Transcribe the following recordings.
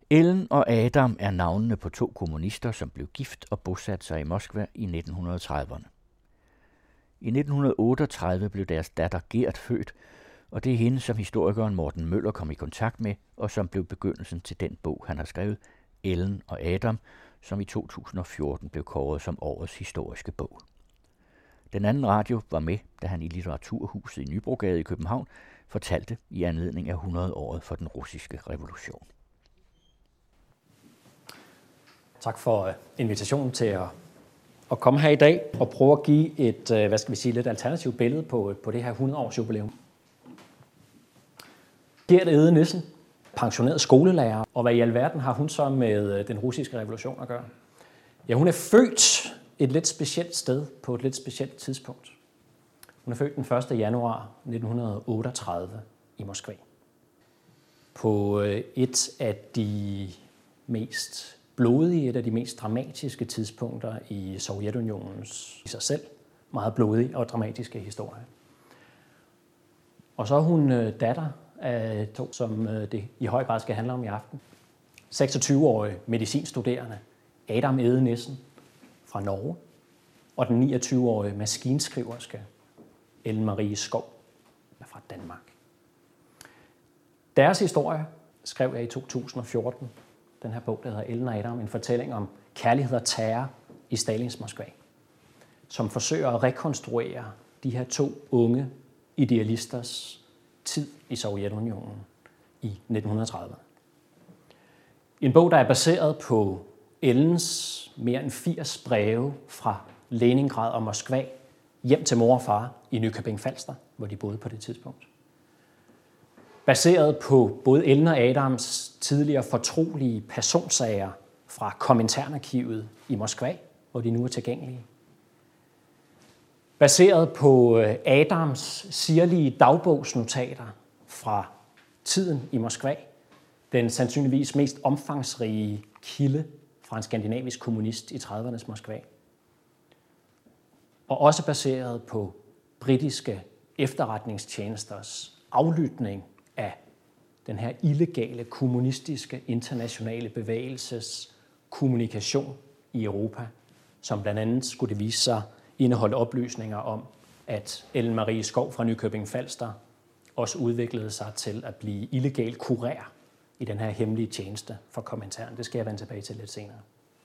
Ellen og Adam er navnene på to kommunister, som blev gift og bosat sig i Moskva i 1930'erne. I 1938 blev deres datter Gert født, og det er hende, som historikeren Morten Møller kom i kontakt med, og som blev begyndelsen til den bog, han har skrevet, Ellen og Adam, som i 2014 blev kåret som årets historiske bog. Den anden radio var med, da han i Litteraturhuset i Nybrogade i København fortalte i anledning af 100-året for den russiske revolution. Tak for invitationen til at komme her i dag og prøve at give et, lidt alternativt billede på det her 100-års jubilæum. Gert Ede Nissen, pensioneret skolelærer, og hvad i alverden har hun så med den russiske revolution at gøre? Ja, hun er født et lidt specielt sted på et lidt specielt tidspunkt. Hun er født den 1. januar 1938 i Moskva. På et af de mest blodige, et af de mest dramatiske tidspunkter i Sovjetunionens i sig selv meget blodige og dramatiske historie. Og så er hun datter af to, som det i høj grad skal handle om i aften. 26-årige medicinstuderende Adam Ede Nissen fra Norge og den 29-årige maskinskriverske Ellen Marie Skov fra Danmark. Deres historie skrev jeg i 2014. Den her bog, der hedder Ellen og Adam, en fortælling om kærlighed og terror i Stalins Moskva, som forsøger at rekonstruere de her to unge idealisters tid i Sovjetunionen i 1930'erne. En bog, der er baseret på Ellens mere end 80 breve fra Leningrad og Moskva hjem til mor og far i Nykøbing Falster, hvor de boede på det tidspunkt. Baseret på både Ellen og Adams tidligere fortrolige personsager fra Kominternarkivet i Moskva, hvor de nu er tilgængelige. Baseret på Adams sirlige dagbogsnotater fra tiden i Moskva, den sandsynligvis mest omfangsrige kilde fra en skandinavisk kommunist i 30'ernes Moskva. Og også baseret på britiske efterretningstjenesters aflytning af den her illegale kommunistiske internationale bevægelses kommunikation i Europa, som blandt andet skulle det vise sig indeholde oplysninger om, at Ellen Marie Skov fra Nykøbing Falster også udviklede sig til at blive illegal kurér i den her hemmelige tjeneste for Komintern. Det skal jeg vende tilbage til lidt senere.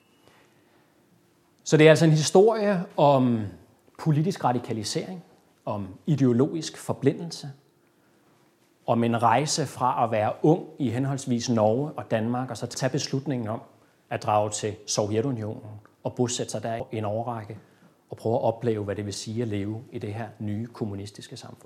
Så det er altså en historie om politisk radikalisering, om ideologisk forblindelse, om en rejse fra at være ung i henholdsvis Norge og Danmark, og så tage beslutningen om at drage til Sovjetunionen og bosætte sig der i en årrække og prøve at opleve, hvad det vil sige at leve i det her nye kommunistiske samfund.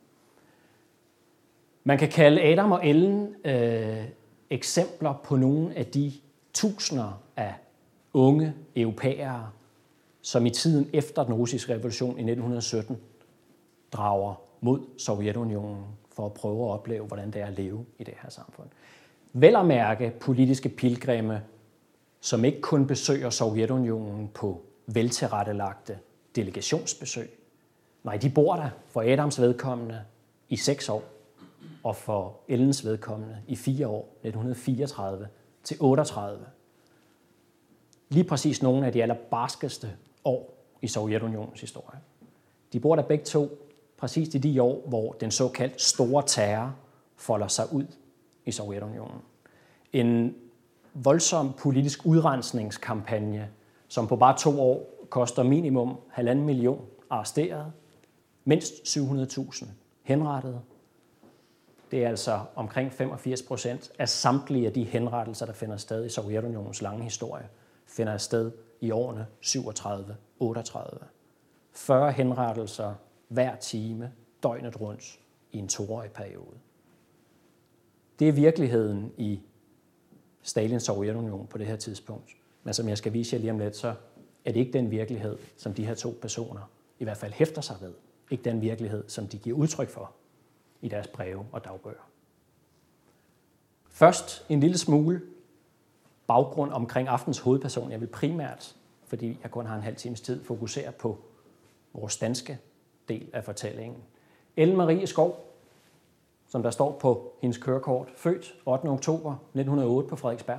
Man kan kalde Adam og Ellen eksempler på nogle af de tusinder af unge europæere, som i tiden efter den russiske revolution i 1917 drager mod Sovjetunionen for at prøve at opleve, hvordan det er at leve i det her samfund. Vel at mærke politiske pilgrimme, som ikke kun besøger Sovjetunionen på veltilrettelagte delegationsbesøg. Nej, de bor der for Adams vedkommende i 6 år, og for Ellens vedkommende i 4 år, 1934 til 38. Lige præcis nogle af de allerbarskeste år i Sovjetunionens historie. De bor der begge to præcis i de år, hvor den såkaldt store terror folder sig ud i Sovjetunionen. En voldsom politisk udrensningskampagne, som på bare 2 år koster minimum 1,5 million arresterede, mindst 700.000 henrettede. Det er altså omkring 85% af samtlige af de henrettelser, der finder sted i Sovjetunionens lange historie, finder sted i årene 37-38. 40 henrettelser hver time, døgnet rundt, i en 2-årig periode. Det er virkeligheden i Stalins Sovjetunion på det her tidspunkt. Men som jeg skal vise jer lige om lidt, så er det ikke den virkelighed, som de her to personer i hvert fald hæfter sig ved. Ikke den virkelighed, som de giver udtryk for i deres breve og dagbøger. Først en lille smule baggrund omkring aftens hovedperson. Jeg vil primært, fordi jeg kun har en halv times tid, fokusere på vores danske del af fortællingen. Ellen Marie Skov som der står på hendes kørekort, født 8. oktober 1908 på Frederiksberg.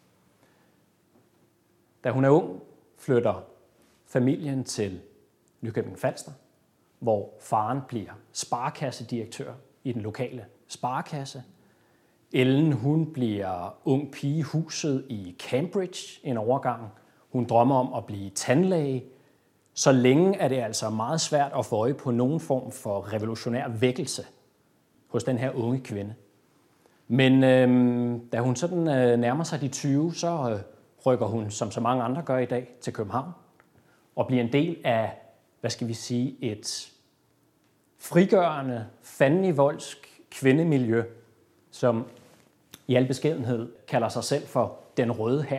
Da hun er ung, flytter familien til Nykøbing Falster, hvor faren bliver sparekassedirektør i den lokale sparekasse. Ellen, hun bliver ung pige i huset i Cambridge en overgang. Hun drømmer om at blive tandlæge. Så længe er det altså meget svært at få øje på nogen form for revolutionær vækkelse hos den her unge kvinde. Men da hun sådan nærmer sig de 20, så rykker hun, som så mange andre gør i dag, til København og bliver en del af, et frigørende, fandenivoldsk kvindemiljø, som i al beskedenhed kalder sig selv for den røde hær.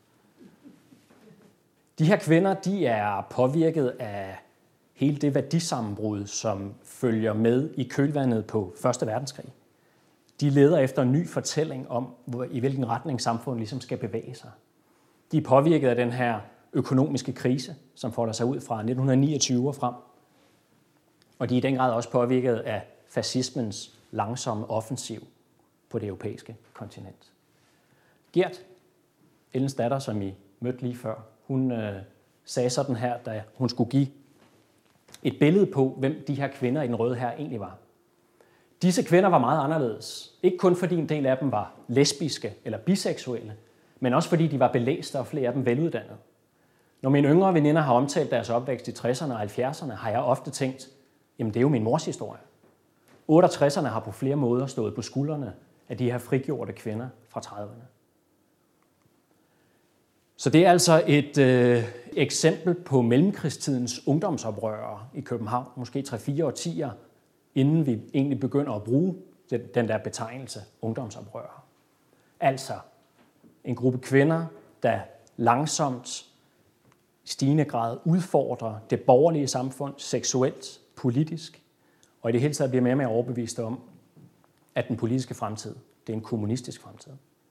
De her kvinder, de er påvirket af hele det værdisammenbrud, som følger med i kølvandet på 1. verdenskrig. De leder efter en ny fortælling om, i hvilken retning samfundet ligesom skal bevæge sig. De er påvirket af den her økonomiske krise, som folder sig ud fra 1929 og frem. Og de er i den grad også påvirket af fascismens langsomme offensiv på det europæiske kontinent. Gert, Ellens datter, som I mødte lige før, hun sagde sådan her, da hun skulle give et billede på, hvem de her kvinder i den røde hær egentlig var. Disse kvinder var meget anderledes. Ikke kun fordi en del af dem var lesbiske eller biseksuelle, men også fordi de var belæste og flere af dem veluddannede. Når mine yngre veninder har omtalt deres opvækst i 60'erne og 70'erne, har jeg ofte tænkt, jamen det er jo min mors historie. 68'erne har på flere måder stået på skuldrene af de her frigjorte kvinder fra 30'erne. Så det er altså et eksempel på mellemkrigstidens ungdomsoprørere i København, måske 3-4 årtier, inden vi egentlig begynder at bruge den der betegnelse ungdomsoprørere. Altså en gruppe kvinder, der langsomt i stigende grad udfordrer det borgerlige samfund seksuelt, politisk, og i det hele taget bliver mere og mere overbevist om, at den politiske fremtid, det er en kommunistisk fremtid.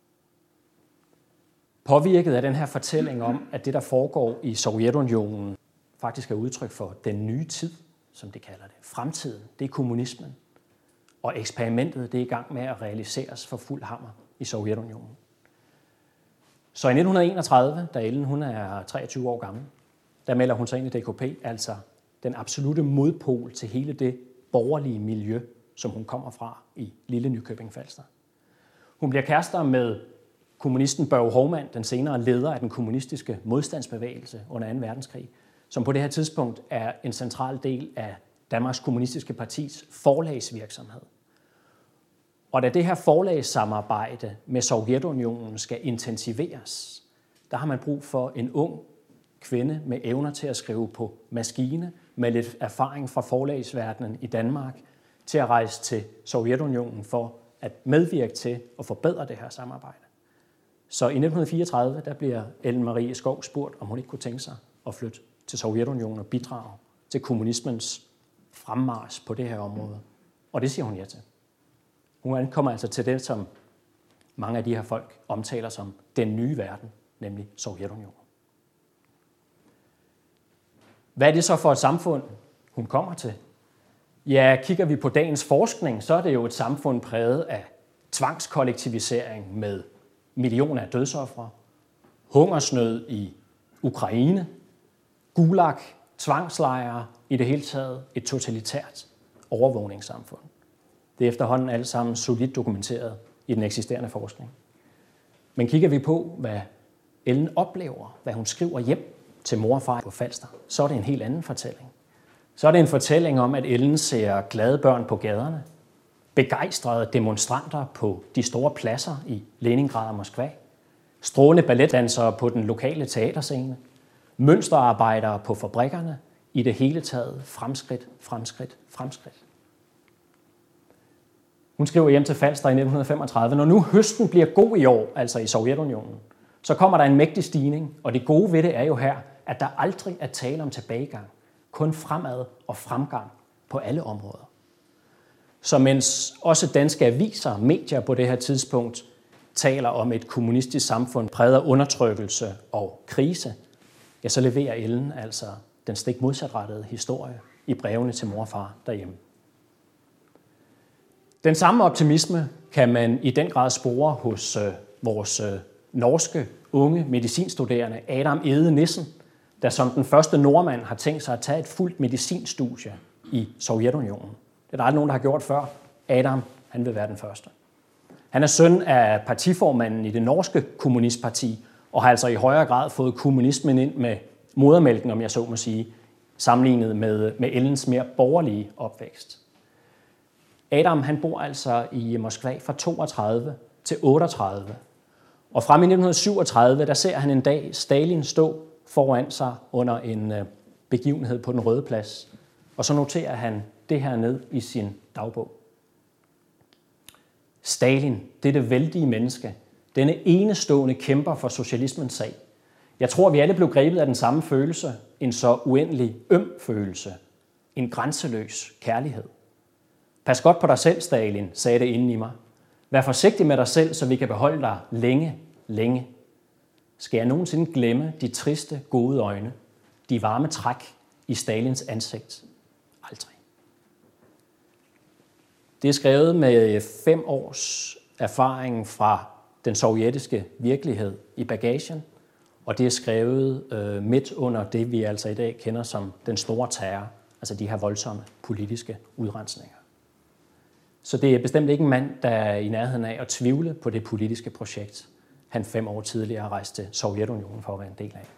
Påvirket af den her fortælling om, at det, der foregår i Sovjetunionen, faktisk er udtryk for den nye tid, som de kalder det. Fremtiden, det er kommunismen. Og eksperimentet, det er i gang med at realiseres for fuld hammer i Sovjetunionen. Så i 1931, da Ellen hun er 23 år gammel, der melder hun sig ind i DKP, altså den absolute modpol til hele det borgerlige miljø, som hun kommer fra i lille Nykøbing Falster. Hun bliver kærester med kommunisten Børge Hovmand, den senere leder af den kommunistiske modstandsbevægelse under 2. verdenskrig, som på det her tidspunkt er en central del af Danmarks Kommunistiske Partis forlagsvirksomhed. Og da det her forlagssamarbejde med Sovjetunionen skal intensiveres, der har man brug for en ung kvinde med evner til at skrive på maskine, med lidt erfaring fra forlagsverdenen i Danmark, til at rejse til Sovjetunionen for at medvirke til at forbedre det her samarbejde. Så i 1934 der bliver Ellen Marie Skov spurgt, om hun ikke kunne tænke sig at flytte til Sovjetunionen og bidrage til kommunismens fremmarch på det her område. Og det siger hun ja til. Hun ankommer altså til det, som mange af de her folk omtaler som den nye verden, nemlig Sovjetunionen. Hvad er det så for et samfund, hun kommer til? Ja, kigger vi på dagens forskning, så er det jo et samfund præget af tvangskollektivisering med millioner af dødsofre, hungersnød i Ukraine, gulag, tvangslejre, i det hele taget et totalitært overvågningssamfund. Det er efterhånden alle sammen solidt dokumenteret i den eksisterende forskning. Men kigger vi på, hvad Ellen oplever, hvad hun skriver hjem til mor og far på Falster, så er det en helt anden fortælling. Så er det en fortælling om, at Ellen ser glade børn på gaderne, begejstrede demonstranter på de store pladser i Leningrad og Moskva, strålende balletdansere på den lokale teaterscene, mønsterarbejdere på fabrikkerne, i det hele taget fremskridt, fremskridt, fremskridt. Hun skriver hjem til Falster i 1935, når nu høsten bliver god i år, altså i Sovjetunionen, så kommer der en mægtig stigning, og det gode ved det er jo her, at der aldrig er tale om tilbagegang, kun fremad og fremgang på alle områder. Så mens også danske aviser og medier på det her tidspunkt taler om et kommunistisk samfund præget af undertrykkelse og krise, ja, så leverer Ellen altså den stik modsatrettede historie i brevene til mor og far derhjemme. Den samme optimisme kan man i den grad spore hos vores norske unge medicinstuderende Adam Ede Nissen, der som den første nordmand har tænkt sig at tage et fuldt medicinstudie i Sovjetunionen. Det er der aldrig nogen, der har gjort før. Adam, han vil være den første. Han er søn af partiformanden i det norske kommunistparti, og har altså i højere grad fået kommunismen ind med modermælken, om jeg så må sige, sammenlignet med Ellens mere borgerlige opvækst. Adam, han bor altså i Moskva fra 32 til 38, og frem i 1937, der ser han en dag Stalin stå foran sig under en begivenhed på Den Røde Plads, og så noterer han det her ned i sin dagbog. Stalin, dette vældige menneske, denne enestående kæmper for socialismens sag. Jeg tror, vi alle blev grebet af den samme følelse, en så uendelig øm følelse, en grænseløs kærlighed. Pas godt på dig selv, Stalin, sagde det inden i mig. Vær forsigtig med dig selv, så vi kan beholde dig længe, længe. Skal jeg nogensinde glemme de triste, gode øjne, de varme træk i Stalins ansigt? Aldrig. Det er skrevet med 5 års erfaring fra den sovjetiske virkelighed i bagagen, og det er skrevet midt under det, vi altså i dag kender som den store terror, altså de her voldsomme politiske udrensninger. Så det er bestemt ikke en mand, der er i nærheden af at tvivle på det politiske projekt, han 5 år tidligere rejste til Sovjetunionen for at være en del af.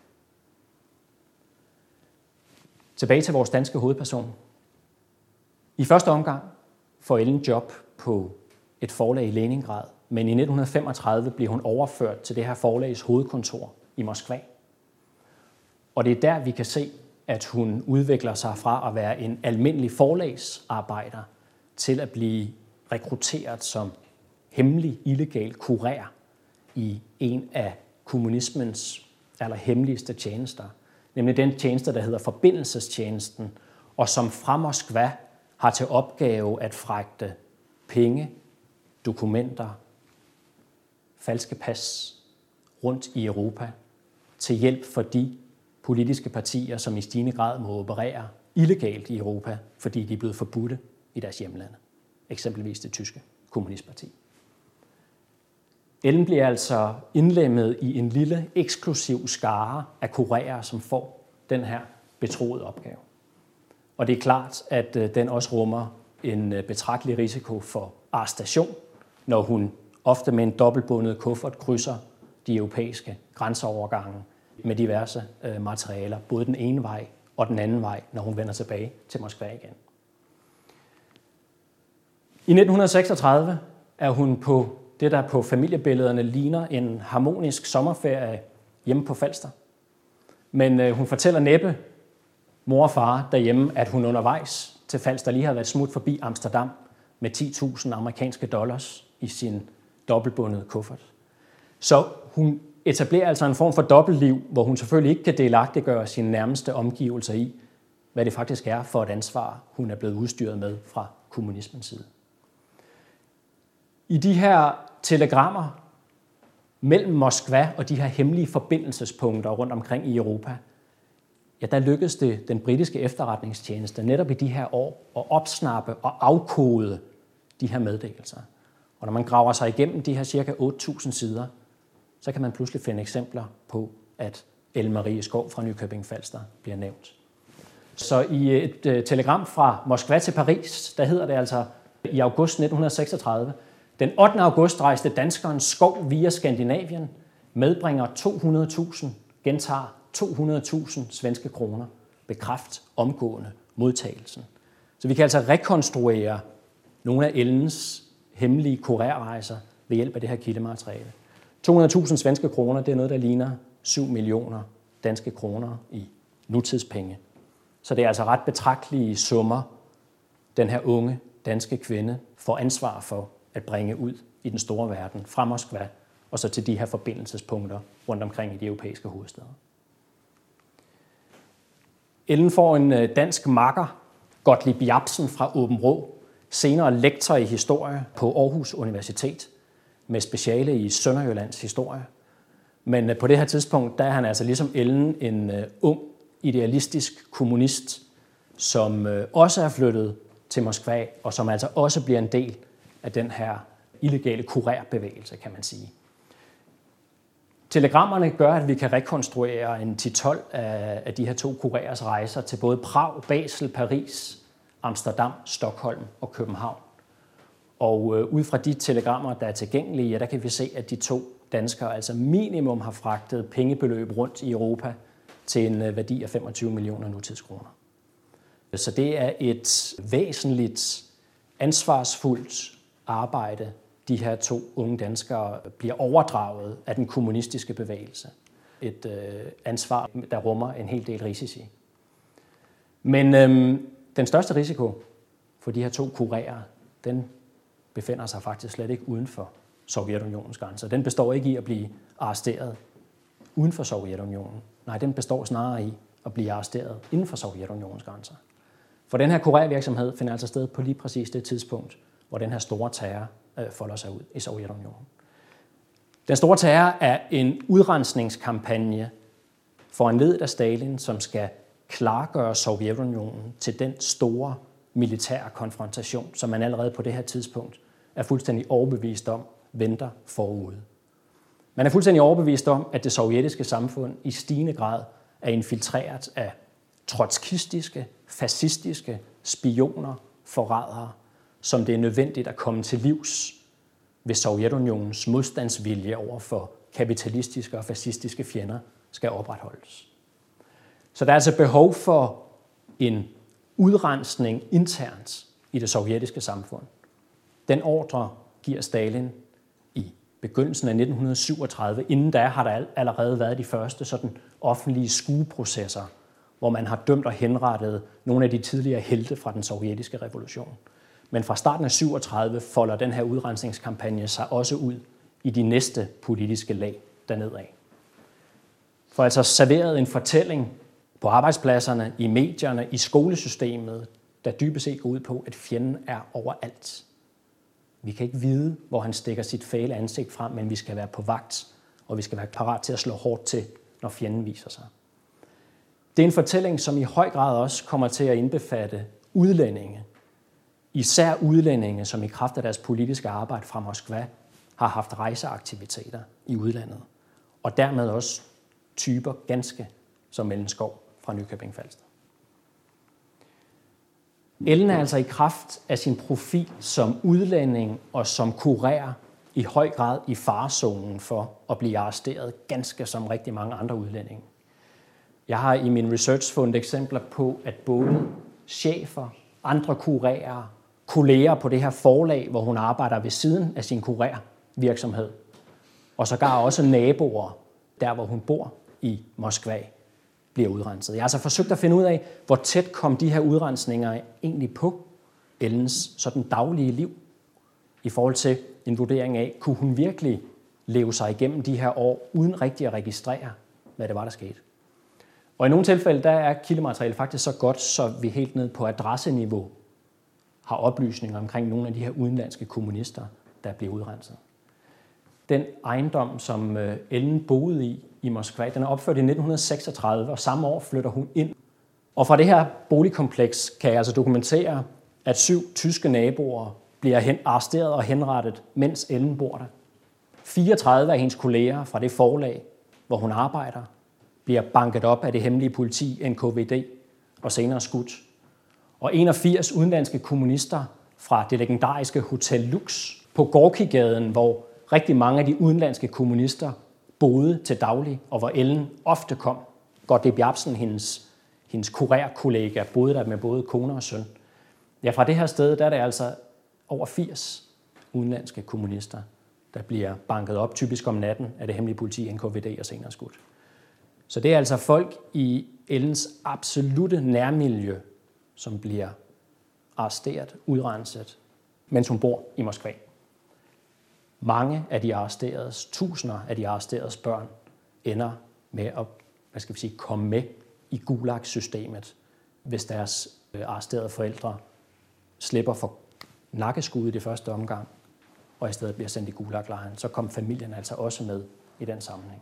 Tilbage til vores danske hovedperson. I første omgang får Ellen job på et forlag i Leningrad, men i 1935 bliver hun overført til det her forlags hovedkontor i Moskva. Og det er der, vi kan se, at hun udvikler sig fra at være en almindelig forlagsarbejder til at blive rekrutteret som hemmelig, illegal kurér i en af kommunismens allerhemmeligste tjenester, nemlig den tjeneste, der hedder forbindelsestjenesten, og som fra Moskva har til opgave at fragte penge, dokumenter, falske pas rundt i Europa til hjælp for de politiske partier, som i stigende grad må operere illegalt i Europa, fordi de er blevet forbudte i deres hjemlande. Eksempelvis det tyske kommunistparti. Ellen bliver altså indlemmet i en lille, eksklusiv skare af kurérer, som får den her betroede opgave. Og det er klart, at den også rummer en betragtelig risiko for arrestation, når hun ofte med en dobbeltbundet kuffert krydser de europæiske grænseovergange med diverse materialer, både den ene vej og den anden vej, når hun vender tilbage til Moskva igen. I 1936 er hun på det, der på familiebillederne ligner en harmonisk sommerferie hjemme på Falster. Men hun fortæller næppe mor og far derhjemme, at hun undervejs til Falster lige havde været smut forbi Amsterdam med 10.000 amerikanske dollars i sin dobbeltbundede kuffert. Så hun etablerer altså en form for dobbeltliv, hvor hun selvfølgelig ikke kan delagtiggøre sine nærmeste omgivelser i, hvad det faktisk er for et ansvar, hun er blevet udstyret med fra kommunismens side. I de her telegrammer mellem Moskva og de her hemmelige forbindelsespunkter rundt omkring i Europa, ja, der lykkedes det den britiske efterretningstjeneste netop i de her år at opsnappe og afkode de her meddelelser. Og når man graver sig igennem de her cirka 8.000 sider, så kan man pludselig finde eksempler på, at Ellen Marie Skov fra Nykøbing Falster bliver nævnt. Så i et telegram fra Moskva til Paris, der hedder det altså i august 1936, den 8. august rejste danskeren Skov via Skandinavien, medbringer 200.000, gentager 200.000 svenske kroner, bekræft omgående modtagelsen. Så vi kan altså rekonstruere nogle af Ellens hemmelige kurérrejser ved hjælp af det her kildemateriale. 200.000 svenske kroner, det er noget, der ligner 7 millioner danske kroner i nutidspenge. Så det er altså ret betragtelige summer, den her unge danske kvinde får ansvar for at bringe ud i den store verden fra Moskva og så til de her forbindelsespunkter rundt omkring i de europæiske hovedstæder. Ellen får en dansk makker, Gottlieb Jabsen fra Aabenraa, senere lektor i historie på Aarhus Universitet med speciale i Sønderjyllands historie. Men på det her tidspunkt, der er han altså ligesom Ellen en ung, idealistisk kommunist, som også er flyttet til Moskva, og som altså også bliver en del af den her illegale kurerbevægelse, kan man sige. Telegrammerne gør, at vi kan rekonstruere en 10-12 af de her 2 kurerers rejser til både Prag, Basel, Paris, Amsterdam, Stockholm og København. Og ud fra de telegrammer, der er tilgængelige, ja, der kan vi se, at de 2 danskere altså minimum har fragtet pengebeløb rundt i Europa til en værdi af 25 millioner nutidskroner. Så det er et væsentligt, ansvarsfuldt arbejde, de her 2 unge danskere bliver overdraget af den kommunistiske bevægelse. Et ansvar, der rummer en hel del risici. Men den største risiko for de her 2 kurerer, den befinder sig faktisk slet ikke uden for Sovjetunionens grænser. Den består ikke i at blive arresteret uden for Sovjetunionen. Nej, den består snarere i at blive arresteret inden for Sovjetunionens grænser. For den her kurervirksomhed finder altså sted på lige præcis det tidspunkt, hvor den her store terror folder sig ud i Sovjetunionen. Den store terror er en udrensningskampagne foranlediget af Stalin, som skal klargøre Sovjetunionen til den store militære konfrontation, som man allerede på det her tidspunkt er fuldstændig overbevist om, venter forude. Man er fuldstændig overbevist om, at det sovjetiske samfund i stigende grad er infiltreret af trotskistiske, fascistiske spioner, forrædere, som det er nødvendigt at komme til livs, hvis Sovjetunionens modstandsvilje over for kapitalistiske og fascistiske fjender skal opretholdes. Så der er altså behov for en udrensning internt i det sovjetiske samfund. Den ordre giver Stalin i begyndelsen af 1937. Inden da har der allerede været de første sådan offentlige skueprocesser, hvor man har dømt og henrettet nogle af de tidligere helte fra den sovjetiske revolution. Men fra starten af 37 folder den her udrensningskampagne sig også ud i de næste politiske lag dernedad. For altså serveret en fortælling på arbejdspladserne, i medierne, i skolesystemet, der dybest set går ud på, at fjenden er overalt. Vi kan ikke vide, hvor han stikker sit fæle ansigt frem, men vi skal være på vagt, og vi skal være parat til at slå hårdt til, når fjenden viser sig. Det er en fortælling, som i høj grad også kommer til at indbefatte udlændinge. Især udlændinge, som i kraft af deres politiske arbejde fra Moskva har haft rejseaktiviteter i udlandet. Og dermed også typer ganske som Ellen Schou fra Nykøbing Falster. Ellen er altså i kraft af sin profil som udlænding og som kurer i høj grad i farezonen for at blive arresteret, ganske som rigtig mange andre udlændinge. Jeg har i min research fundet eksempler på, at både chefer, andre kurerer, kolleger på det her forlag, hvor hun arbejder ved siden af sin kurervirksomhed, og sågar også naboer, der hvor hun bor i Moskva, bliver udrenset. Jeg har altså forsøgt at finde ud af, hvor tæt kom de her udrensninger egentlig på Ellens sådan daglige liv, i forhold til en vurdering af, kunne hun virkelig leve sig igennem de her år, uden rigtig at registrere, hvad det var, der skete. Og i nogle tilfælde, der er kildematerialet faktisk så godt, så vi helt ned på adresseniveau har oplysninger omkring nogle af de her udenlandske kommunister, der bliver udrenset. Den ejendom, som Ellen boede i Moskva, den er opført i 1936, og samme år flytter hun ind. Og fra det her boligkompleks kan jeg altså dokumentere, at 7 tyske naboer bliver arresteret og henrettet, mens Ellen bor der. 34 af hendes kolleger fra det forlag, hvor hun arbejder, bliver banket op af det hemmelige politi, NKVD, og senere skudt. Og 81 udenlandske kommunister fra det legendariske Hotel Lux på Gorkigaden, hvor rigtig mange af de udenlandske kommunister boede til daglig, og hvor Ellen ofte kom. Gottlieb Bjabsen, hendes kurerkollega, boede der med både kone og søn. Ja, fra det her sted, der er det altså over 80 udenlandske kommunister, der bliver banket op, typisk om natten, af det hemmelige politi, NKVD og senere skudt. Så det er altså folk i Ellens absolute nærmiljø, som bliver arresteret, udrenset, mens hun bor i Moskva. Mange af de arresteredes, tusinder af de arresteredes børn, ender med at komme med i Gulag-systemet, hvis deres arresterede forældre slipper for nakkeskud i det første omgang, og i stedet bliver sendt i Gulag-lejren. Så kom familien altså også med i den sammenhæng.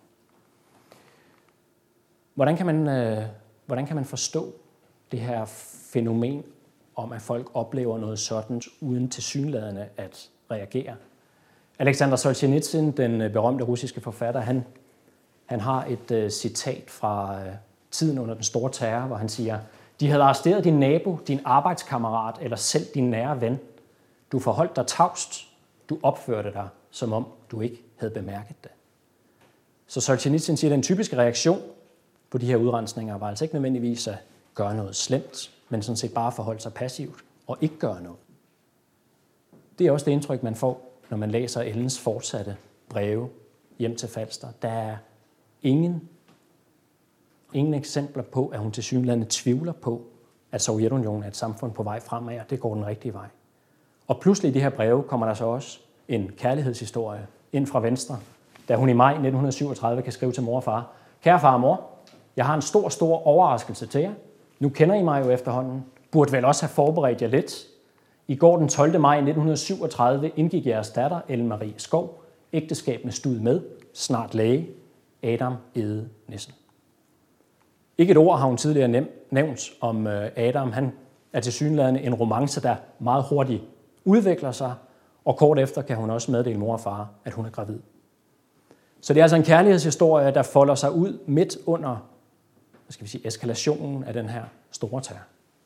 Hvordan kan man forstå det her fænomen om, at folk oplever noget sådan, uden tilsyneladende at reagere. Alexander Solzhenitsyn, den berømte russiske forfatter, han har et citat fra tiden under den store terror, hvor han siger: "De havde arresteret din nabo, din arbejdskammerat eller selv din nære ven. Du forholdt dig tavst. Du opførte dig, som om du ikke havde bemærket det." Så Solzhenitsyn siger, at den typiske reaktion på de her udrensninger var altså ikke nødvendigvis at gøre noget slemt, men sådan set bare forholde sig passivt og ikke gøre noget. Det er også det indtryk, man får, når man læser Ellens fortsatte breve hjem til Falster. Der er ingen eksempler på, at hun tilsyneladende tvivler på, at Sovjetunionen er et samfund på vej fremad, og det går den rigtige vej. Og pludselig i de her breve kommer der så også en kærlighedshistorie ind fra Venstre, da hun i maj 1937 kan skrive til mor og far: "Kære far og mor, jeg har en stor overraskelse til jer. Nu kender I mig jo efterhånden. Burde vel også have forberedt jer lidt. I går den 12. maj 1937 indgik jeres datter, Ellen Marie Skov, ægteskab med stud med, snart læge, Adam Ede Nissen." Ikke et ord har hun tidligere nævnt om Adam. Han er tilsyneladende en romance, der meget hurtigt udvikler sig, og kort efter kan hun også meddele mor og far, at hun er gravid. Så det er altså en kærlighedshistorie, der folder sig ud midt under eskalationen af den her store terror.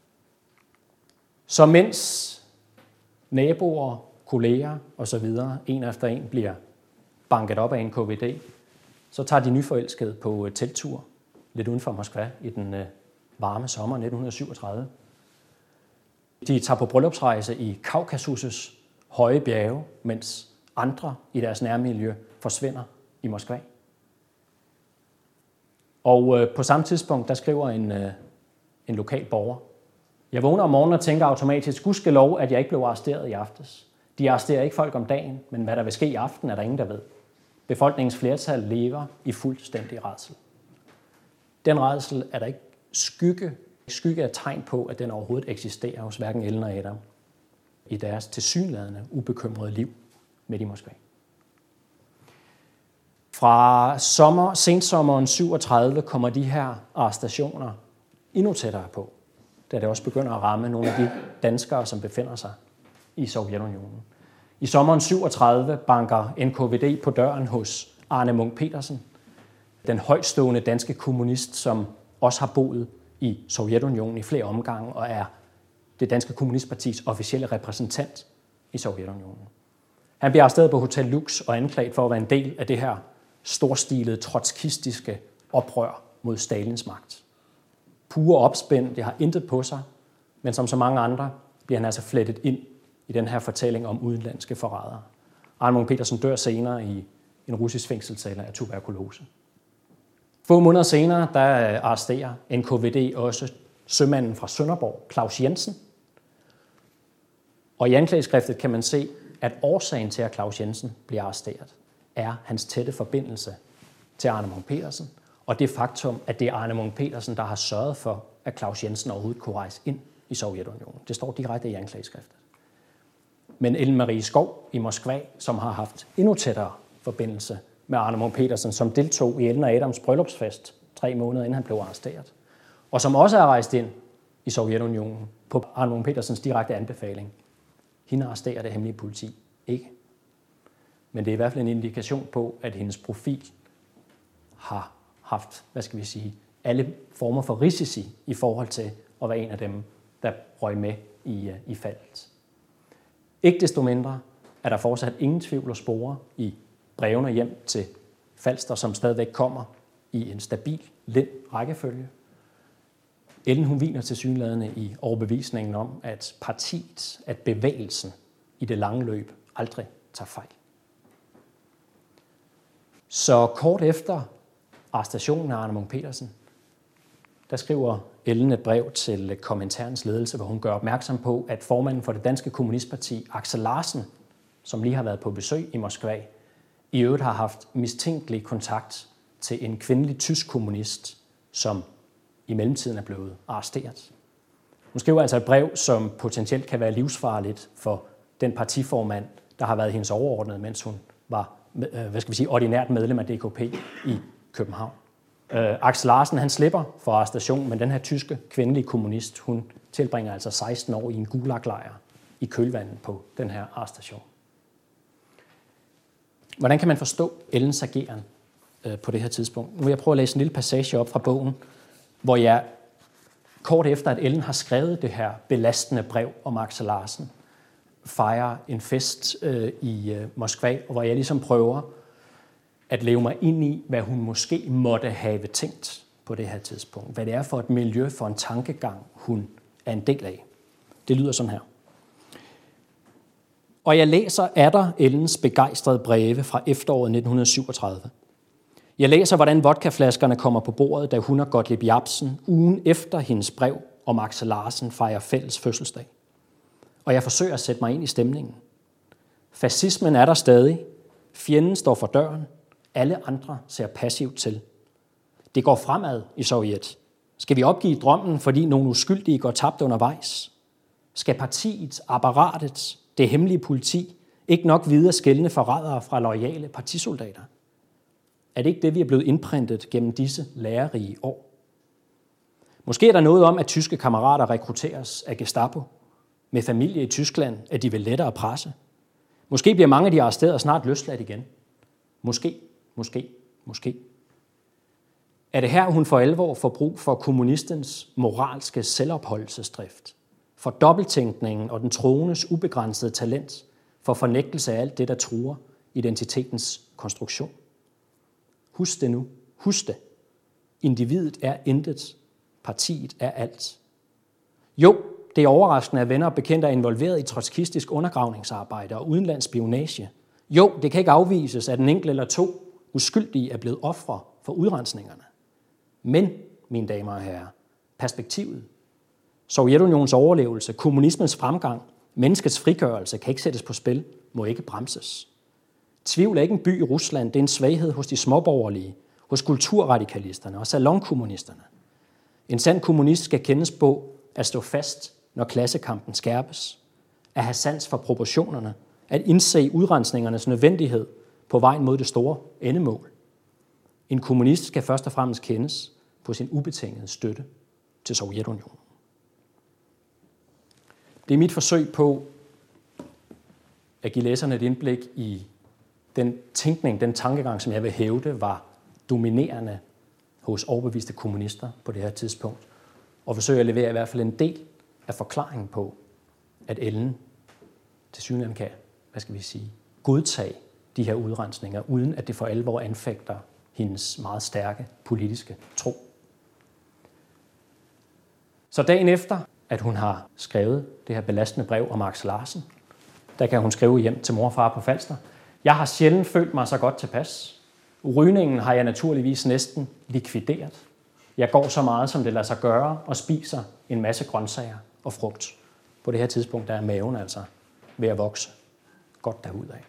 Så mens naboer, kolleger osv. en efter en bliver banket op af en KVD, så tager de nyforelskede på telttur lidt uden for Moskva i den varme sommer 1937. De tager på bryllupsrejse i Kaukasus' høje bjerge, mens andre i deres nærmiljø forsvinder i Moskva. Og på samme tidspunkt, der skriver en lokal borger: "Jeg vågner om morgenen og tænker automatisk, gudskelov, at jeg ikke blev arresteret i aftes. De arresterer ikke folk om dagen, men hvad der vil ske i aften, er der ingen, der ved. Befolkningens flertal lever i fuldstændig rædsel." Den rædsel er der ikke skygge af tegn på, at den overhovedet eksisterer hos hverken Ellen og Adam i deres tilsyneladende ubekymrede liv midt i Moskva. Fra sensommeren 37 kommer de her arrestationer endnu tættere på, da det også begynder at ramme nogle af de danskere, som befinder sig i Sovjetunionen. I sommeren 37 banker NKVD på døren hos Arne Munch-Petersen, den højtstående danske kommunist, som også har boet i Sovjetunionen i flere omgange og er det danske kommunistpartis officielle repræsentant i Sovjetunionen. Han bliver arresteret på Hotel Lux og anklaget for at være en del af det her storstilede trotskistiske oprør mod Stalins magt. Pure opspænd, det har intet på sig, men som så mange andre bliver han altså flettet ind i den her fortælling om udenlandske forrædere. Arne Munch-Petersen dør senere i en russisk fængselscelle af tuberkulose. Få måneder senere, der arresterer NKVD også sømanden fra Sønderborg, Claus Jensen. Og i anklageskriftet kan man se, at årsagen til, at Claus Jensen bliver arresteret, er hans tætte forbindelse til Arne Munch-Petersen, og det faktum, at det er Arne Munch-Petersen, der har sørget for, at Claus Jensen overhovedet kunne rejse ind i Sovjetunionen. Det står direkte i anklageskriftet. Men Ellen Marie Skov i Moskva, som har haft endnu tættere forbindelse med Arne Munch-Petersen, som deltog i Ellen og Adams bryllupsfest 3 måneder inden han blev arresteret, og som også er rejst ind i Sovjetunionen på Arne Munch-Petersens direkte anbefaling. Hende arresterer det hemmelige politi ikke. Men det er i hvert fald en indikation på, at hendes profil har haft, alle former for risici i forhold til at være en af dem, der røg med i faldet. Ikke desto mindre er der fortsat ingen tvivl og spore i brevene hjem til Falster, som stadigvæk kommer i en stabil, lind rækkefølge. Ellen hun hviler tilsyneladende i overbevisningen om, at partiet, at bevægelsen i det lange løb aldrig tager fejl. Så kort efter arrestationen af Arne Munch-Petersen, der skriver Ellen et brev til Kominternens ledelse, hvor hun gør opmærksom på, at formanden for det danske kommunistparti, Aksel Larsen, som lige har været på besøg i Moskva, i øvrigt har haft mistænkelig kontakt til en kvindelig tysk kommunist, som i mellemtiden er blevet arresteret. Hun skriver altså et brev, som potentielt kan være livsfarligt for den partiformand, der har været hendes overordnede, mens hun var ordinært medlem af DKP i København. Aksel Larsen, han slipper for arrestation, men den her tyske kvindelige kommunist, hun tilbringer altså 16 år i en gulaglejr i kølvandet på den her arrestation. Hvordan kan man forstå Ellens ageren på det her tidspunkt? Nu vil jeg prøve at læse en lille passage op fra bogen, hvor jeg kort efter, at Ellen har skrevet det her belastende brev om Axel Larsen, fejrer en fest i Moskva, og hvor jeg ligesom prøver at leve mig ind i, hvad hun måske måtte have tænkt på det her tidspunkt. Hvad det er for et miljø, for en tankegang, hun er en del af. Det lyder sådan her. Og jeg læser atter Ellens begejstrede breve fra efteråret 1937. Jeg læser, hvordan vodkaflaskerne kommer på bordet, da hun og Gottlieb Jabsen ugen efter hendes brev om Axel Larsen fejrer fælles fødselsdag. Og jeg forsøger at sætte mig ind i stemningen. Fascismen er der stadig. Fjenden står for døren. Alle andre ser passivt til. Det går fremad i Sovjet. Skal vi opgive drømmen, fordi nogle uskyldige går tabt undervejs? Skal partiet, apparatet, det hemmelige politi ikke nok vide at skelne forrædere fra loyale partisoldater? Er det ikke det, vi er blevet indprintet gennem disse lærerige år? Måske er der noget om, at tyske kammerater rekrutteres af Gestapo. Med familie i Tyskland er de vel lettere presse. Måske bliver mange af de arresterede snart løsladt igen. Måske. Er det her, hun for alvor får brug for kommunistens moralske selvopholdelsesdrift? For dobbelttænkningen og den troendes ubegrænsede talent? For fornægtelse af alt det, der truer identitetens konstruktion? Husk det nu. Husk det. Individet er intet. Partiet er alt. Jo, det er overraskende, at venner og bekendte er involveret i trotskistisk undergravningsarbejde og udenlandsspionage. Jo, det kan ikke afvises, at en enkelt eller to uskyldige er blevet ofre for udrensningerne. Men, mine damer og herrer, perspektivet, Sovjetunionens overlevelse, kommunismens fremgang, menneskets frigørelse kan ikke sættes på spil, må ikke bremses. Tvivl er ikke en by i Rusland, det er en svaghed hos de småborgerlige, hos kulturradikalisterne og salonkommunisterne. En sand kommunist skal kendes på at stå fast, når klassekampen skærpes, at have sans for proportionerne, at indse udrensningernes nødvendighed på vejen mod det store endemål. En kommunist skal først og fremmest kendes på sin ubetingede støtte til Sovjetunionen. Det er mit forsøg på at give læserne et indblik i den tænkning, den tankegang, som jeg vil hævde, var dominerende hos overbeviste kommunister på det her tidspunkt, og forsøge at levere i hvert fald en del af forklaringen på, at Ellen tilsyneladende kan, godtage de her udrensninger, uden at det for alvor anfægter hendes meget stærke politiske tro. Så dagen efter, at hun har skrevet det her belastende brev om Axel Larsen, der kan hun skrive hjem til mor og far på Falster. Jeg har sjældent følt mig så godt tilpas. Rygningen har jeg naturligvis næsten likvideret. Jeg går så meget, som det lader sig gøre, og spiser en masse grøntsager og frugt. På det her tidspunkt, der er maven altså ved at vokse godt derudad.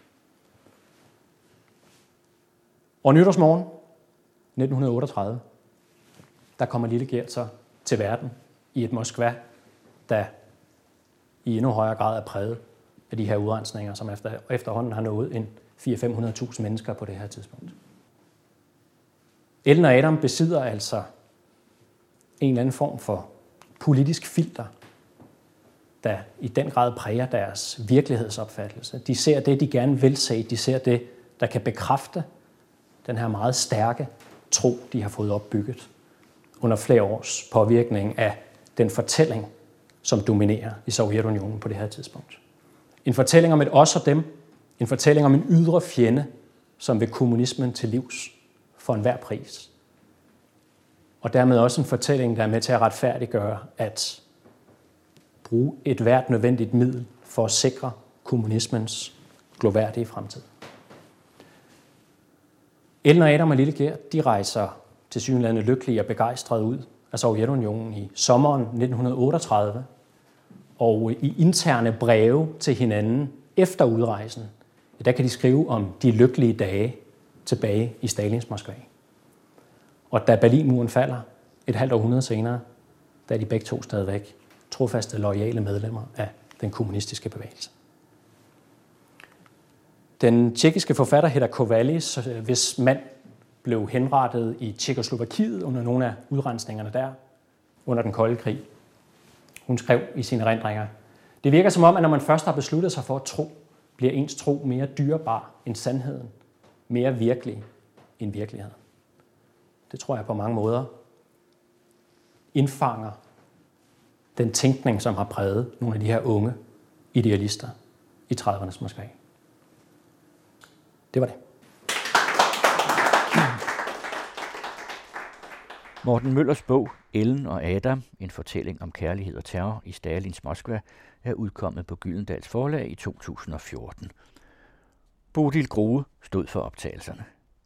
Og nytårsmorgen 1938, der kommer lille Gert så til verden i et Moskva, der i endnu højere grad er præget af de her udrensninger, som efterhånden har nået en 400-500.000 mennesker på det her tidspunkt. Ellen og Adam besidder altså en eller anden form for politisk filter, der i den grad præger deres virkelighedsopfattelse. De ser det, de gerne vil se. De ser det, der kan bekræfte den her meget stærke tro, de har fået opbygget under flere års påvirkning af den fortælling, som dominerer i Sovjetunionen på det her tidspunkt. En fortælling om et os og dem. En fortælling om en ydre fjende, som vil kommunismen til livs for enhver pris. Og dermed også en fortælling, der er med til at retfærdiggøre at bruge et hvert nødvendigt middel for at sikre kommunismens glorværdige fremtid. Ellen og Adam og lille Gert, de rejser tilsyneladende lykkelige og begejstrede ud af Sovjetunionen i sommeren 1938, og i interne breve til hinanden efter udrejsen, der kan de skrive om de lykkelige dage tilbage i Stalins Moskva. Og da Berlinmuren falder et halvt århundrede senere, der er de begge to stadigvæk trofaste, loyale medlemmer af den kommunistiske bevægelse. Den tjekkiske forfatter Hedda Kovalis, hvis mand blev henrettet i Tjekkoslovakiet under nogle af udrensningerne der under den kolde krig. Hun skrev i sine erindringer: det virker som om, at når man først har besluttet sig for at tro, bliver ens tro mere dyrebar end sandheden, mere virkelig end virkeligheden. Det tror jeg på mange måder indfanger den tænkning, som har præget nogle af de her unge idealister i 30'ernes Moskva. Det var det. Morten Møllers bog Ellen og Adam, en fortælling om kærlighed og terror i Stalins Moskva, er udkommet på Gyldendals Forlag i 2014. Bodil Groe stod for optagelserne.